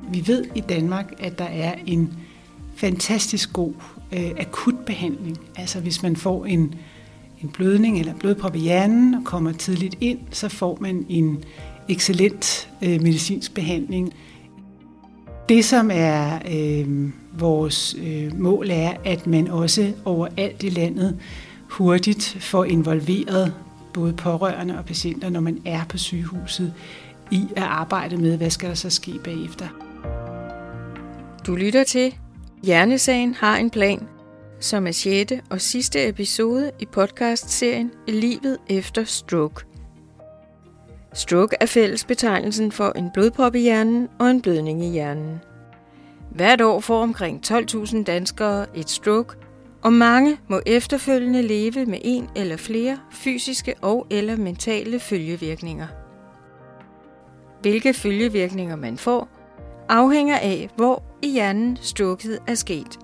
Vi ved i Danmark, at der er en fantastisk god akut behandling. Altså hvis man får en blødning eller blodprop i hjernen og kommer tidligt ind, så får man en excellent medicinsk behandling. Det, som er vores mål, er, at man også overalt i landet hurtigt får involveret både pårørende og patienter, når man er på sygehuset, i at arbejde med, hvad skal der så ske bagefter. Du lytter til Hjernesagen har en plan, som er 6. og sidste episode i podcastserien Livet efter stroke. Stroke er fællesbetegnelsen for en blodprop i hjernen og en blødning i hjernen. Hvert år får omkring 12.000 danskere et stroke, og mange må efterfølgende leve med en eller flere fysiske og eller mentale følgevirkninger. Hvilke følgevirkninger man får, afhænger af, hvor i hjernen stroket er sket.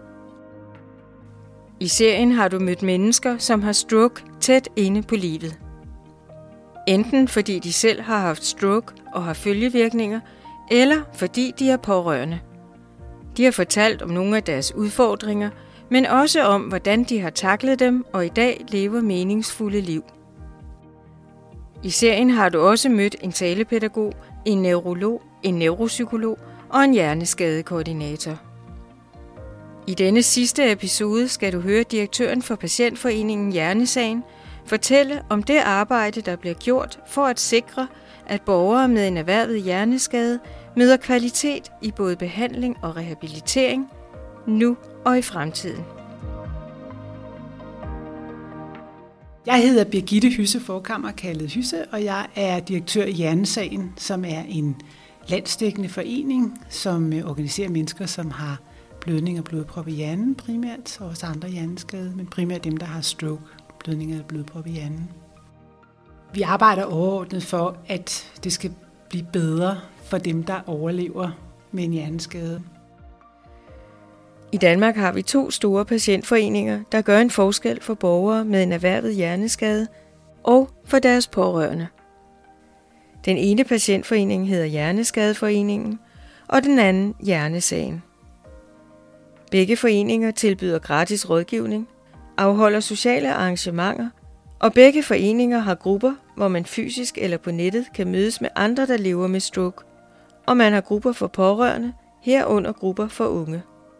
I serien har du mødt mennesker, som har stroke tæt inde på livet. Enten fordi de selv har haft stroke og har følgevirkninger, eller fordi de er pårørende. De har fortalt om nogle af deres udfordringer, men også om, hvordan de har taklet dem og i dag lever meningsfulde liv. I serien har du også mødt en talepædagog, en neurolog, en neuropsykolog og en hjerneskadekoordinator. I denne sidste episode skal du høre direktøren for Patientforeningen Hjernesagen fortælle om det arbejde, der bliver gjort for at sikre, at borgere med en erhvervet hjerneskade møder kvalitet i både behandling og rehabilitering, nu og i fremtiden. Jeg hedder Birgitte Hysse Forkammer, kaldet Hysse, og jeg er direktør i Hjernesagen, som er en landsdækkende forening, som organiserer mennesker, som har blødning og blodprop i hjernen primært, og også andre hjerneskade, men primært dem, der har stroke, blødning eller blodprop i hjernen. Vi arbejder overordnet for, at det skal blive bedre for dem, der overlever med en hjerneskade. I Danmark har vi 2 store patientforeninger, der gør en forskel for borgere med en erhvervet hjerneskade og for deres pårørende. Den ene patientforening hedder Hjerneskadeforeningen, og den anden Hjernesagen. Begge foreninger tilbyder gratis rådgivning, afholder sociale arrangementer, og begge foreninger har grupper, hvor man fysisk eller på nettet kan mødes med andre, der lever med stroke, og man har grupper for pårørende, herunder grupper for unge.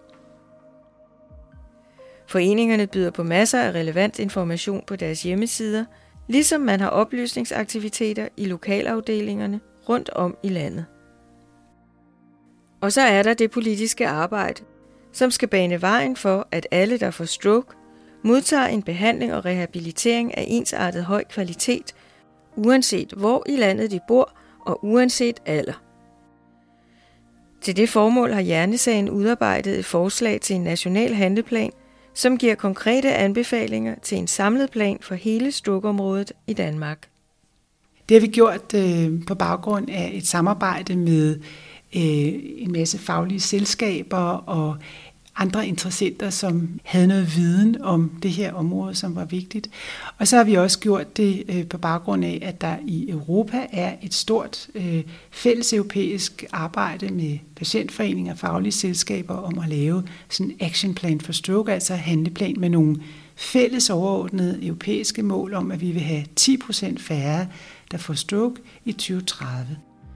Foreningerne byder på masser af relevant information på deres hjemmesider, ligesom man har oplysningsaktiviteter i lokalafdelingerne rundt om i landet. Og så er der det politiske arbejde, som skal bane vejen for, at alle, der får stroke, modtager en behandling og rehabilitering af ensartet høj kvalitet, uanset hvor i landet de bor og uanset alder. Til det formål har Hjernesagen udarbejdet et forslag til en national handleplan, som giver konkrete anbefalinger til en samlet plan for hele strokeområdet i Danmark. Det har vi gjort på baggrund af et samarbejde med en masse faglige selskaber og andre interessenter, som havde noget viden om det her område, som var vigtigt. Og så har vi også gjort det på baggrund af, at der i Europa er et stort fælles europæisk arbejde med patientforeninger og faglige selskaber om at lave sådan en action plan for stroke, altså handleplan med nogle fælles overordnede europæiske mål om, at vi vil have 10% færre, der får stroke i 2030.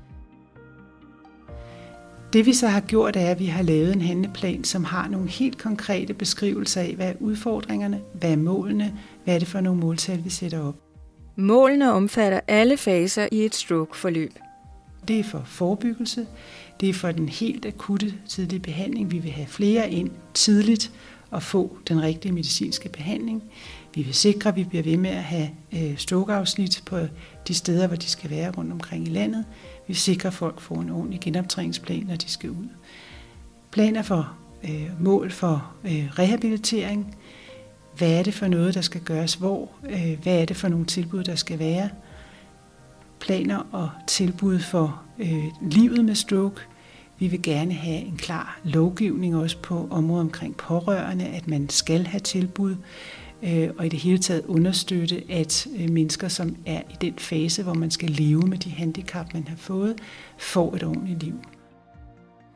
Det vi så har gjort er, at vi har lavet en handleplan, som har nogle helt konkrete beskrivelser af, hvad er udfordringerne, hvad er målene, hvad er det for nogle måltal, vi sætter op. Målene omfatter alle faser i et stroke-forløb. Det er for forebyggelse, det er for den helt akutte tidlige behandling. Vi vil have flere ind tidligt og få den rigtige medicinske behandling. Vi vil sikre, at vi bliver ved med at have strokeafsnit på de steder, hvor de skal være rundt omkring i landet. Vi sikrer, at folk får en ordentlig genoptræningsplan, når de skal ud. Planer for mål for rehabilitering. Hvad er det for noget, der skal gøres hvor? Hvad er det for nogle tilbud, der skal være? Planer og tilbud for livet med stroke. Vi vil gerne have en klar lovgivning også på området omkring pårørende, at man skal have tilbud, og i det hele taget understøtte, at mennesker, som er i den fase, hvor man skal leve med de handicap, man har fået, får et ordentligt liv.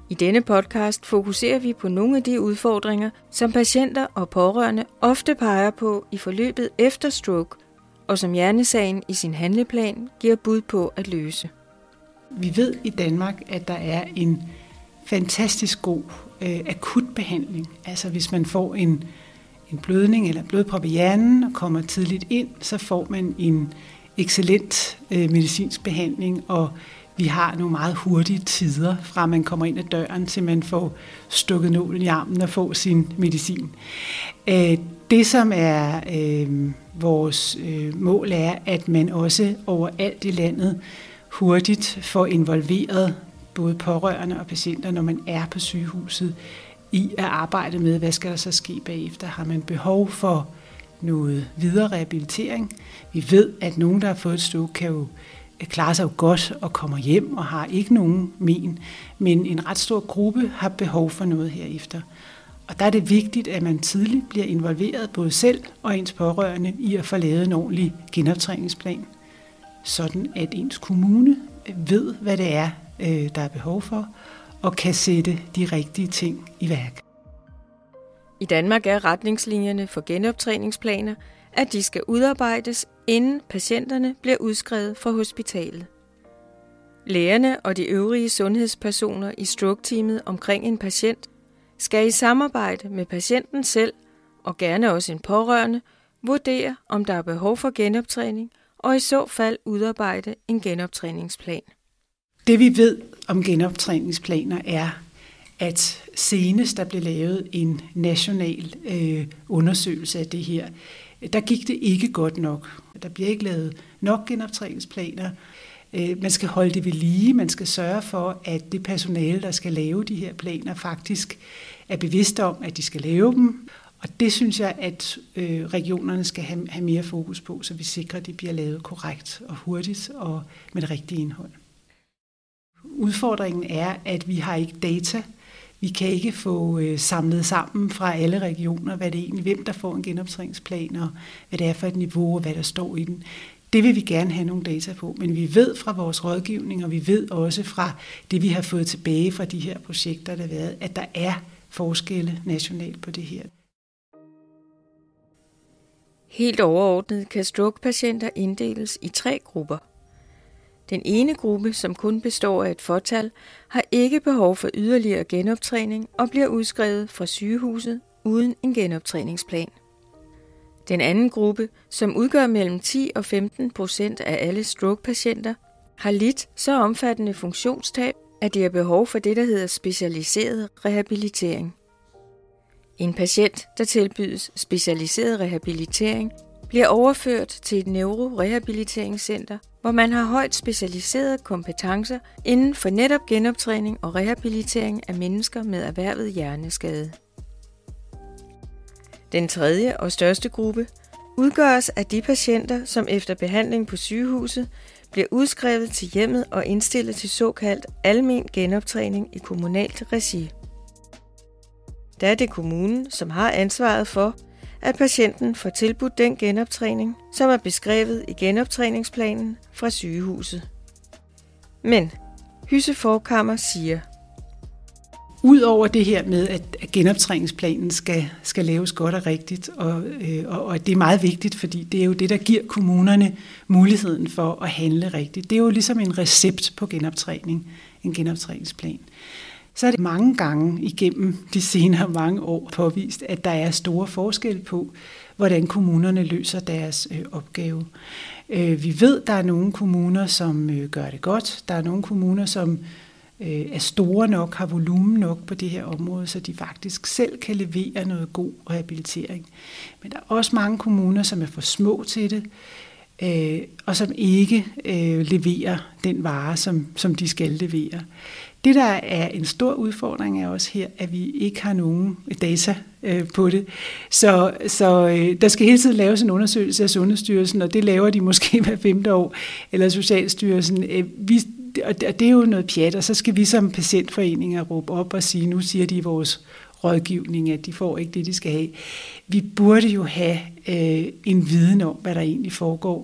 I denne podcast fokuserer vi på nogle af de udfordringer, som patienter og pårørende ofte peger på i forløbet efter stroke, og som Hjernesagen i sin handleplan giver bud på at løse. Vi ved i Danmark, at der er en fantastisk god akut behandling. Altså hvis man får en blødning eller blodprop i hjernen og kommer tidligt ind, så får man en excellent medicinsk behandling, og vi har nogle meget hurtige tider, fra man kommer ind ad døren, til man får stukket nålen i armen og får sin medicin. Det, som er vores mål, er, at man også overalt i landet hurtigt får involveret både pårørende og patienter, når man er på sygehuset, i at arbejde med, hvad skal der så ske bagefter. Har man behov for noget videre rehabilitering? Vi ved, at nogen, der har fået et stroke, kan jo klare sig jo godt og kommer hjem og har ikke nogen men. Men en ret stor gruppe har behov for noget herefter. Og der er det vigtigt, at man tidligt bliver involveret, både selv og ens pårørende, i at få lavet en ordentlig genoptræningsplan, sådan at ens kommune ved, hvad det er, der er behov for, og kan sætte de rigtige ting i værk. I Danmark er retningslinjerne for genoptræningsplaner, at de skal udarbejdes, inden patienterne bliver udskrevet fra hospitalet. Lægerne og de øvrige sundhedspersoner i stroke-teamet omkring en patient skal i samarbejde med patienten selv, og gerne også en pårørende, vurdere, om der er behov for genoptræning, og i så fald udarbejde en genoptræningsplan. Det vi ved om genoptræningsplaner er, at senest der blev lavet en national undersøgelse af det her, der gik det ikke godt nok. Der bliver ikke lavet nok genoptræningsplaner. Man skal holde det ved lige. Man skal sørge for, at det personale, der skal lave de her planer, faktisk er bevidste om, at de skal lave dem. Og det synes jeg, at regionerne skal have mere fokus på, så vi sikrer, at de bliver lavet korrekt og hurtigt og med det rigtige indhold. Udfordringen er, at vi har ikke data. Vi kan ikke få samlet sammen fra alle regioner, hvad det er egentlig, hvem der får en genoptræningsplan, og hvad det er for et niveau, og hvad der står i den. Det vil vi gerne have nogle data på, men vi ved fra vores rådgivning, og vi ved også fra det, vi har fået tilbage fra de her projekter, der har været, at der er forskelle nationalt på det her. Helt overordnet kan stroke-patienter inddeles i 3 grupper. Den ene gruppe, som kun består af et fåtal, har ikke behov for yderligere genoptræning og bliver udskrevet fra sygehuset uden en genoptræningsplan. Den anden gruppe, som udgør mellem 10 og 15% af alle stroke-patienter, har lidt så omfattende funktionstab, at de har behov for det, der hedder specialiseret rehabilitering. En patient, der tilbydes specialiseret rehabilitering, bliver overført til et neurorehabiliteringscenter, hvor man har højt specialiserede kompetencer inden for netop genoptræning og rehabilitering af mennesker med erhvervet hjerneskade. Den tredje og største gruppe udgøres af de patienter, som efter behandling på sygehuset bliver udskrevet til hjemmet og indstillet til såkaldt almen genoptræning i kommunalt regi. Der er det kommunen, som har ansvaret for, at patienten får tilbudt den genoptræning, som er beskrevet i genoptræningsplanen fra sygehuset. Men Hysse Forchhammer siger: Udover det her med, at genoptræningsplanen skal laves godt og rigtigt, og det er meget vigtigt, fordi det er jo det, der giver kommunerne muligheden for at handle rigtigt. Det er jo ligesom en recept på genoptræning, en genoptræningsplan. Så er det mange gange igennem de senere mange år påvist, at der er store forskel på, hvordan kommunerne løser deres opgave. Vi ved, at der er nogle kommuner, som gør det godt. Der er nogle kommuner, som er store nok, har volumen nok på det her område, så de faktisk selv kan levere noget god rehabilitering. Men der er også mange kommuner, som er for små til det, og som ikke leverer den vare, som de skal levere. Det, der er en stor udfordring, er også her, at vi ikke har nogen data på det. Så der skal hele tiden laves en undersøgelse af Sundhedsstyrelsen, og det laver de måske hver 5. år, eller Socialstyrelsen. Og det er jo noget pjat, og så skal vi som patientforeninger råbe op og sige, nu siger de i vores rådgivning, at de får ikke det, de skal have. Vi burde jo have en viden om, hvad der egentlig foregår.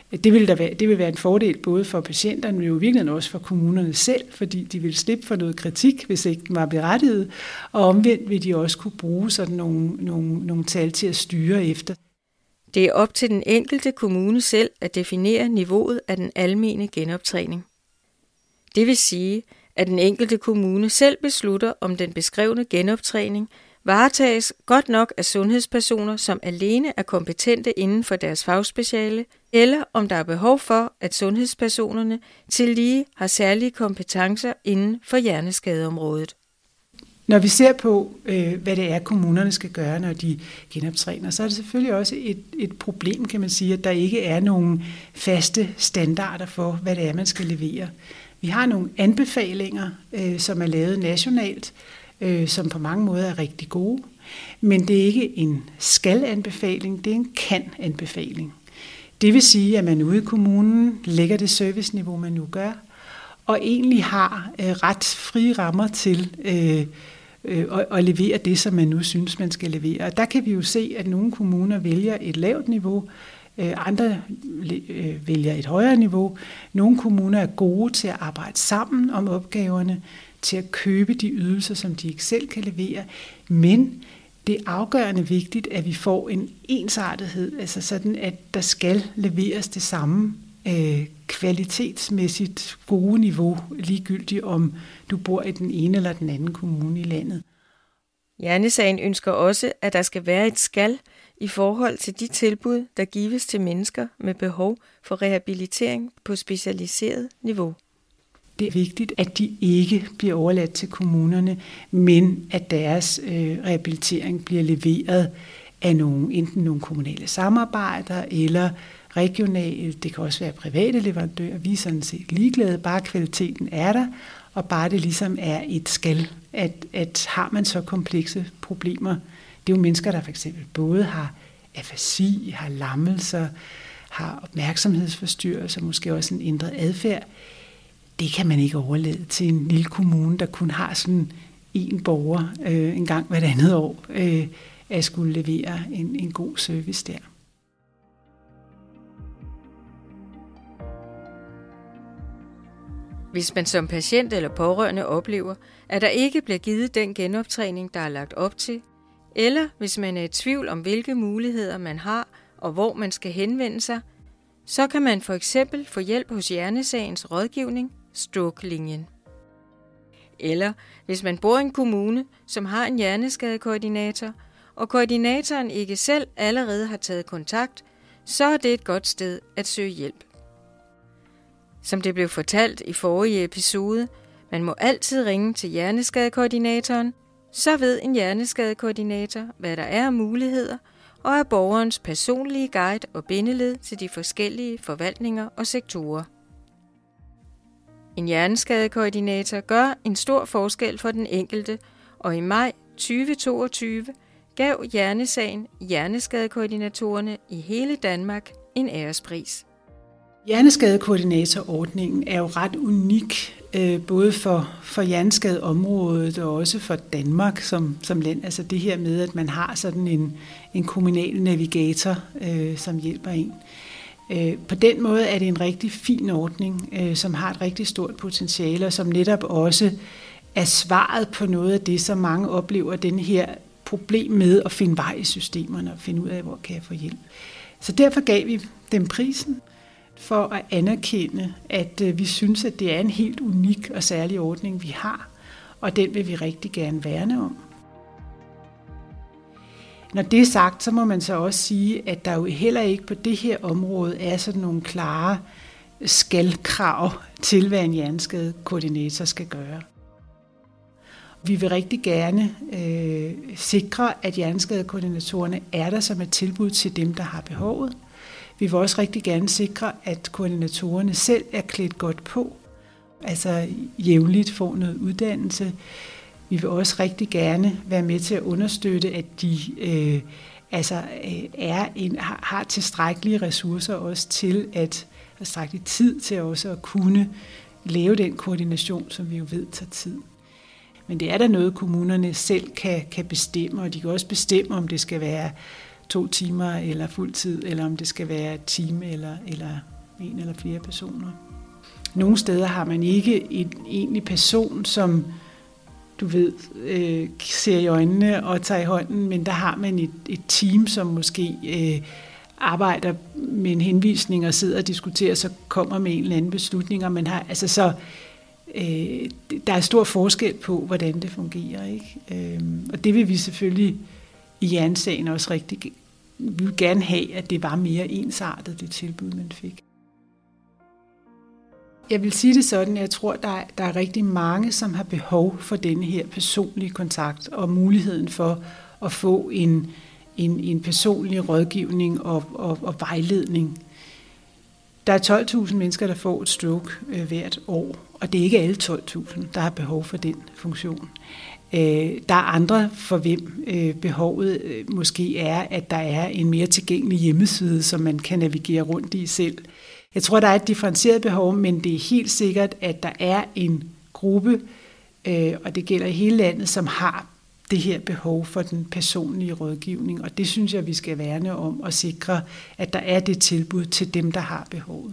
Det vil være en fordel både for patienterne, men jo i virkeligheden også for kommunerne selv, fordi de vil slippe for noget kritik, hvis ikke den var berettiget, og omvendt vil de også kunne bruge sådan nogle tal til at styre efter. Det er op til den enkelte kommune selv at definere niveauet af den almene genoptræning. Det vil sige, at den enkelte kommune selv beslutter, om den beskrevne genoptræning varetages godt nok af sundhedspersoner, som alene er kompetente inden for deres fagspeciale, eller om der er behov for, at sundhedspersonerne tillige har særlige kompetencer inden for hjerneskadeområdet. Når vi ser på, hvad det er, kommunerne skal gøre, når de genoptræner, så er det selvfølgelig også et problem, kan man sige, at der ikke er nogen faste standarder for, hvad det er, man skal levere. Vi har nogle anbefalinger, som er lavet nationalt, som på mange måder er rigtig gode, men det er ikke en skal-anbefaling, det er en kan-anbefaling. Det vil sige, at man ude i kommunen lægger det serviceniveau, man nu gør, og egentlig har ret frie rammer til at levere det, som man nu synes, man skal levere. Og der kan vi jo se, at nogle kommuner vælger et lavt niveau, andre vælger et højere niveau. Nogle kommuner er gode til at arbejde sammen om opgaverne, til at købe de ydelser, som de ikke selv kan levere. Men det er afgørende vigtigt, at vi får en ensartethed, altså sådan, at der skal leveres det samme kvalitetsmæssigt gode niveau, ligegyldigt om du bor i den ene eller den anden kommune i landet. Hjernesagen ønsker også, at der skal være et skal i forhold til de tilbud, der gives til mennesker med behov for rehabilitering på specialiseret niveau. Det er vigtigt, at de ikke bliver overladt til kommunerne, men at deres rehabilitering bliver leveret af enten nogle kommunale samarbejder eller regionale, det kan også være private leverandører. Vi er sådan set ligeglade, bare kvaliteten er der, og bare det ligesom er et skal, at har man så komplekse problemer. Det er jo mennesker, der for eksempel både har afasi, har lammelser, har opmærksomhedsforstyrrelser, måske også en ændret adfærd. Det kan man ikke overlade til en lille kommune, der kun har sådan en borger en gang hvert andet år, at skulle levere en god service der. Hvis man som patient eller pårørende oplever, at der ikke bliver givet den genoptræning, der er lagt op til, eller hvis man er i tvivl om, hvilke muligheder man har og hvor man skal henvende sig, så kan man for eksempel få hjælp hos Hjernesagens rådgivning, Stroke-linjen. Eller hvis man bor i en kommune, som har en hjerneskadekoordinator, og koordinatoren ikke selv allerede har taget kontakt, så er det et godt sted at søge hjælp. Som det blev fortalt i forrige episode, man må altid ringe til hjerneskadekoordinatoren, så ved en hjerneskadekoordinator, hvad der er af muligheder, og er borgerens personlige guide og bindeled til de forskellige forvaltninger og sektorer. En hjerneskadekoordinator gør en stor forskel for den enkelte, og i maj 2022 gav Hjernesagen hjerneskadekoordinatorerne i hele Danmark en ærespris. Hjerneskadekoordinatorordningen er jo ret unik, både for hjerneskadeområdet og også for Danmark som land. Altså det her med, at man har sådan en kommunal navigator, som hjælper en. På den måde er det en rigtig fin ordning, som har et rigtig stort potentiale, og som netop også er svaret på noget af det, som mange oplever, den her problem med at finde vej i systemerne og finde ud af, hvor kan jeg få hjælp. Så derfor gav vi dem prisen for at anerkende, at vi synes, at det er en helt unik og særlig ordning, vi har, og den vil vi rigtig gerne værne om. Når det er sagt, så må man så også sige, at der jo heller ikke på det her område er sådan nogle klare skal-krav til, hvad en hjerneskadekoordinator skal gøre. Vi vil rigtig gerne sikre, at hjerneskadekoordinatorerne er der som et tilbud til dem, der har behovet. Vi vil også rigtig gerne sikre, at koordinatorerne selv er klædt godt på, altså jævnligt får noget uddannelse. Vi vil også rigtig gerne være med til at understøtte, at de har tilstrækkelige ressourcer også til at have tilstrækkelig tid til også at kunne lave den koordination, som vi jo ved tager tid. Men det er der noget, kommunerne selv kan bestemme, og de kan også bestemme, om det skal være 2 timer eller fuld tid, eller om det skal være 1 time eller en eller flere personer. Nogle steder har man ikke en egentlig person, som du ved, ser i øjnene og tager i hånden, men der har man et team, som måske arbejder med en henvisning og sidder og diskuterer, så kommer med en eller anden beslutning, og man har, altså så der er stor forskel på, hvordan det fungerer, ikke? Og det vil vi selvfølgelig i Hjernesagen også rigtig, vi vil gerne have, at det var mere ensartet, det tilbud, man fik. Jeg vil sige det sådan, at jeg tror, der er rigtig mange, som har behov for denne her personlige kontakt og muligheden for at få en personlig rådgivning og vejledning. Der er 12.000 mennesker, der får et stroke hvert år, og det er ikke alle 12.000, der har behov for den funktion. Der er andre, for hvem behovet måske er, at der er en mere tilgængelig hjemmeside, som man kan navigere rundt i selv. Jeg tror, der er et differentieret behov, men det er helt sikkert, at der er en gruppe, og det gælder i hele landet, som har det her behov for den personlige rådgivning. Og det synes jeg, vi skal værne om og sikre, at der er det tilbud til dem, der har behovet.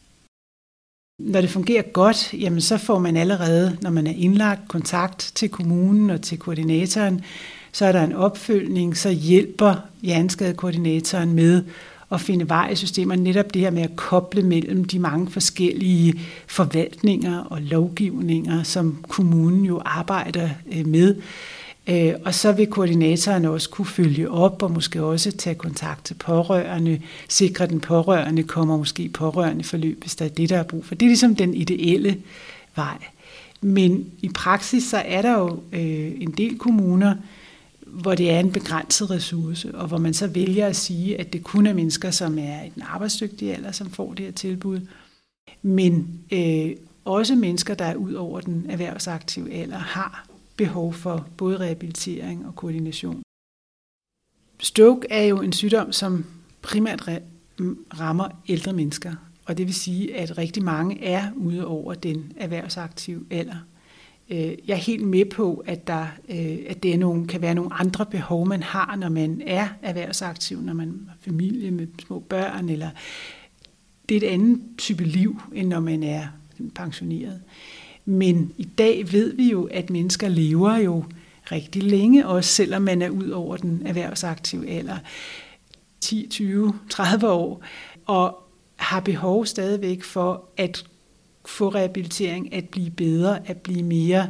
Når det fungerer godt, jamen så får man allerede, når man er indlagt, kontakt til kommunen og til koordinatoren, så er der en opfølgning, så hjælper hjerneskadekoordinatoren med at finde vej i systemet. Netop det her med at koble mellem de mange forskellige forvaltninger og lovgivninger, som kommunen jo arbejder med. Og så vil koordinatoren også kunne følge op og måske også tage kontakt til pårørende, sikre, at den pårørende kommer måske pårørende forløb, hvis der er det, der er brug for. Det er ligesom den ideelle vej. Men i praksis så er der jo en del kommuner, hvor det er en begrænset ressource, og hvor man så vælger at sige, at det kun er mennesker, som er i den arbejdsdygtige alder, som får det her tilbud. Men også mennesker, der er ud over den erhvervsaktive alder, har behov for både rehabilitering og koordination. Stroke er jo en sygdom, som primært rammer ældre mennesker, og det vil sige, at rigtig mange er ude over den erhvervsaktive alder. Jeg er helt med på, at det kan være nogle andre behov, man har, når man er erhvervsaktiv, når man har familie med små børn, eller det er et andet type liv, end når man er pensioneret. Men i dag ved vi jo, at mennesker lever jo rigtig længe, også selvom man er ud over den erhvervsaktive alder, 10, 20, 30 år, og har behov stadigvæk for at få rehabilitering, at blive bedre, at blive mere,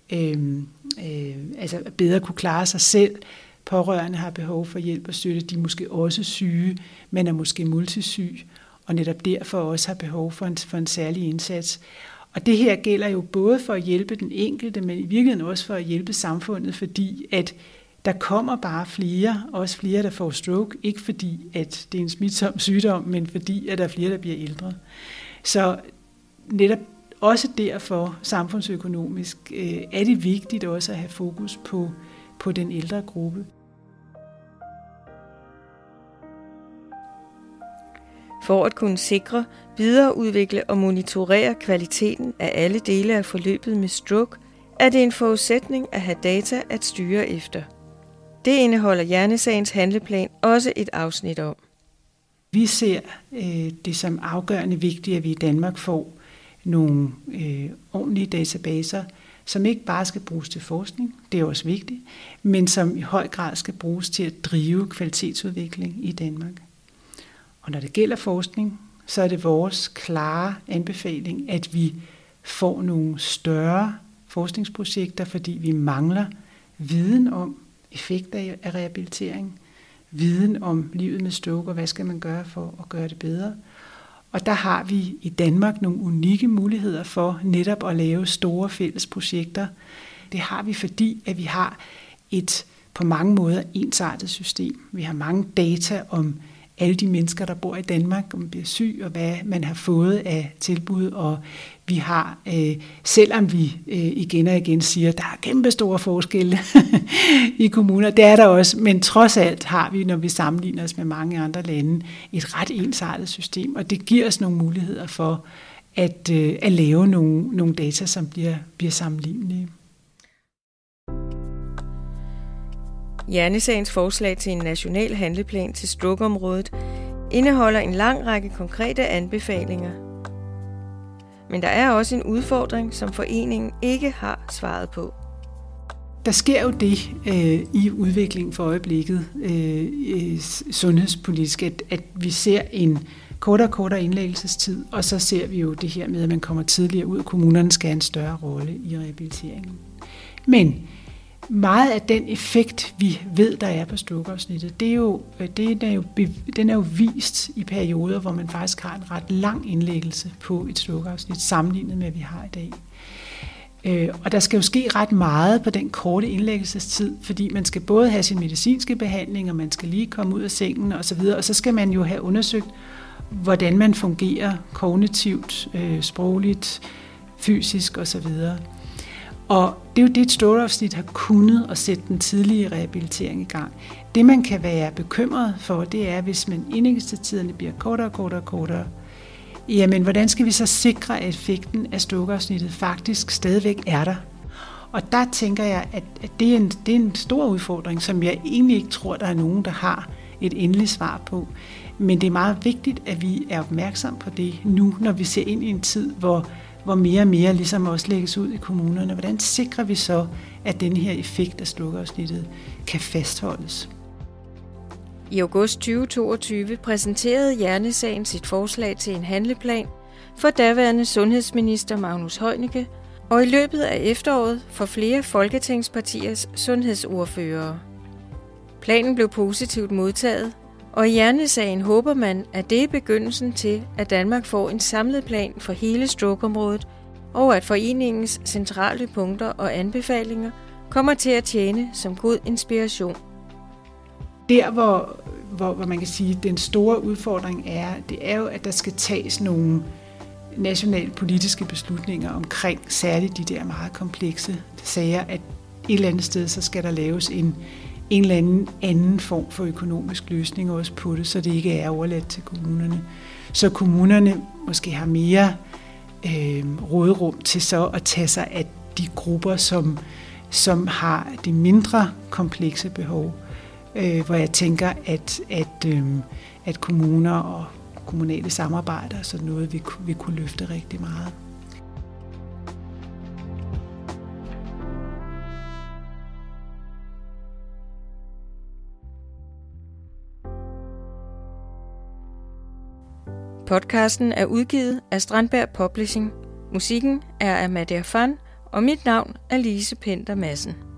altså bedre kunne klare sig selv. Pårørende har behov for hjælp og støtte, de er måske også syge, men er måske multisyg, og netop derfor også har behov for en særlig indsats. Og det her gælder jo både for at hjælpe den enkelte, men i virkeligheden også for at hjælpe samfundet, fordi at der kommer bare flere, også flere, der får stroke, ikke fordi at det er en smitsom sygdom, men fordi at der er flere, der bliver ældre. Så netop også derfor samfundsøkonomisk er det vigtigt også at have fokus på den ældre gruppe. For at kunne sikre, videreudvikle og monitorere kvaliteten af alle dele af forløbet med stroke, er det en forudsætning at have data at styre efter. Det indeholder Hjernesagens handleplan også et afsnit om. Vi ser det som afgørende vigtigt, at vi i Danmark får nogle ordentlige databaser, som ikke bare skal bruges til forskning, det er også vigtigt, men som i høj grad skal bruges til at drive kvalitetsudvikling i Danmark. Og når det gælder forskning, så er det vores klare anbefaling, at vi får nogle større forskningsprojekter, fordi vi mangler viden om effekter af rehabilitering, viden om livet med stroke, og hvad skal man gøre for at gøre det bedre. Og der har vi i Danmark nogle unikke muligheder for netop at lave store fælles projekter. Det har vi, fordi at vi har et på mange måder ensartet system. Vi har mange data om alle de mennesker, der bor i Danmark, om man bliver syg, og hvad man har fået af tilbud. Og vi har, selvom vi igen og igen siger, at der er kæmpe store forskelle i kommuner, det er der også, men trods alt har vi, når vi sammenligner os med mange andre lande, et ret ensartet system, og det giver os nogle muligheder for at lave nogle data, som bliver sammenlignelige. Hjernesagens forslag til en national handleplan til strokeområdet indeholder en lang række konkrete anbefalinger. Men der er også en udfordring, som foreningen ikke har svaret på. Der sker jo det i udviklingen for øjeblikket sundhedspolitisk, at vi ser en kortere indlæggelsestid, og så ser vi jo det her med, at man kommer tidligere ud, og kommunerne skal have en større rolle i rehabiliteringen. Men meget af den effekt, vi ved, der er på strokeafsnittet, den er jo vist i perioder, hvor man faktisk har en ret lang indlæggelse på et strokeafsnit, sammenlignet med, hvad vi har i dag. Og der skal jo ske ret meget på den korte indlæggelsestid, fordi man skal både have sin medicinske behandling, og man skal lige komme ud af sengen osv., og så skal man jo have undersøgt, hvordan man fungerer kognitivt, sprogligt, fysisk osv. Og det er jo det, et strokeafsnit har kunnet at sætte den tidlige rehabilitering i gang. Det, man kan være bekymret for, det er, hvis man indlæggelsestiderne bliver kortere, jamen, hvordan skal vi så sikre, at effekten af strokeafsnittet faktisk stadigvæk er der? Og der tænker jeg, at det er en stor udfordring, som jeg egentlig ikke tror, der er nogen, der har et endeligt svar på. Men det er meget vigtigt, at vi er opmærksom på det nu, når vi ser ind i en tid, hvor mere og mere ligesom også lægges ud i kommunerne. Hvordan sikrer vi så, at den her effekt af strokeafsnittet kan fastholdes? I august 2022 præsenterede Hjernesagen sit forslag til en handleplan for daværende sundhedsminister Magnus Heunicke, og i løbet af efteråret for flere folketingspartiers sundhedsordførere. Planen blev positivt modtaget, og i Hjernesagen håber man, at det er begyndelsen til, at Danmark får en samlet plan for hele strokeområdet, og at foreningens centrale punkter og anbefalinger kommer til at tjene som god inspiration. Der, hvor man kan sige, at den store udfordring er, det er jo, at der skal tages nogle nationale politiske beslutninger omkring særligt de der meget komplekse sager, at et eller andet sted, så skal der laves en eller anden form for økonomisk løsning også på det, så det ikke er overladt til kommunerne. Så kommunerne måske har mere råderum til så at tage sig af de grupper, som har de mindre komplekse behov, hvor jeg tænker, at kommuner og kommunale samarbejder og sådan noget vil kunne løfte rigtig meget. Podcasten er udgivet af Strandberg Publishing. Musikken er af Madia Fan, og mit navn er Lise Penter Madsen.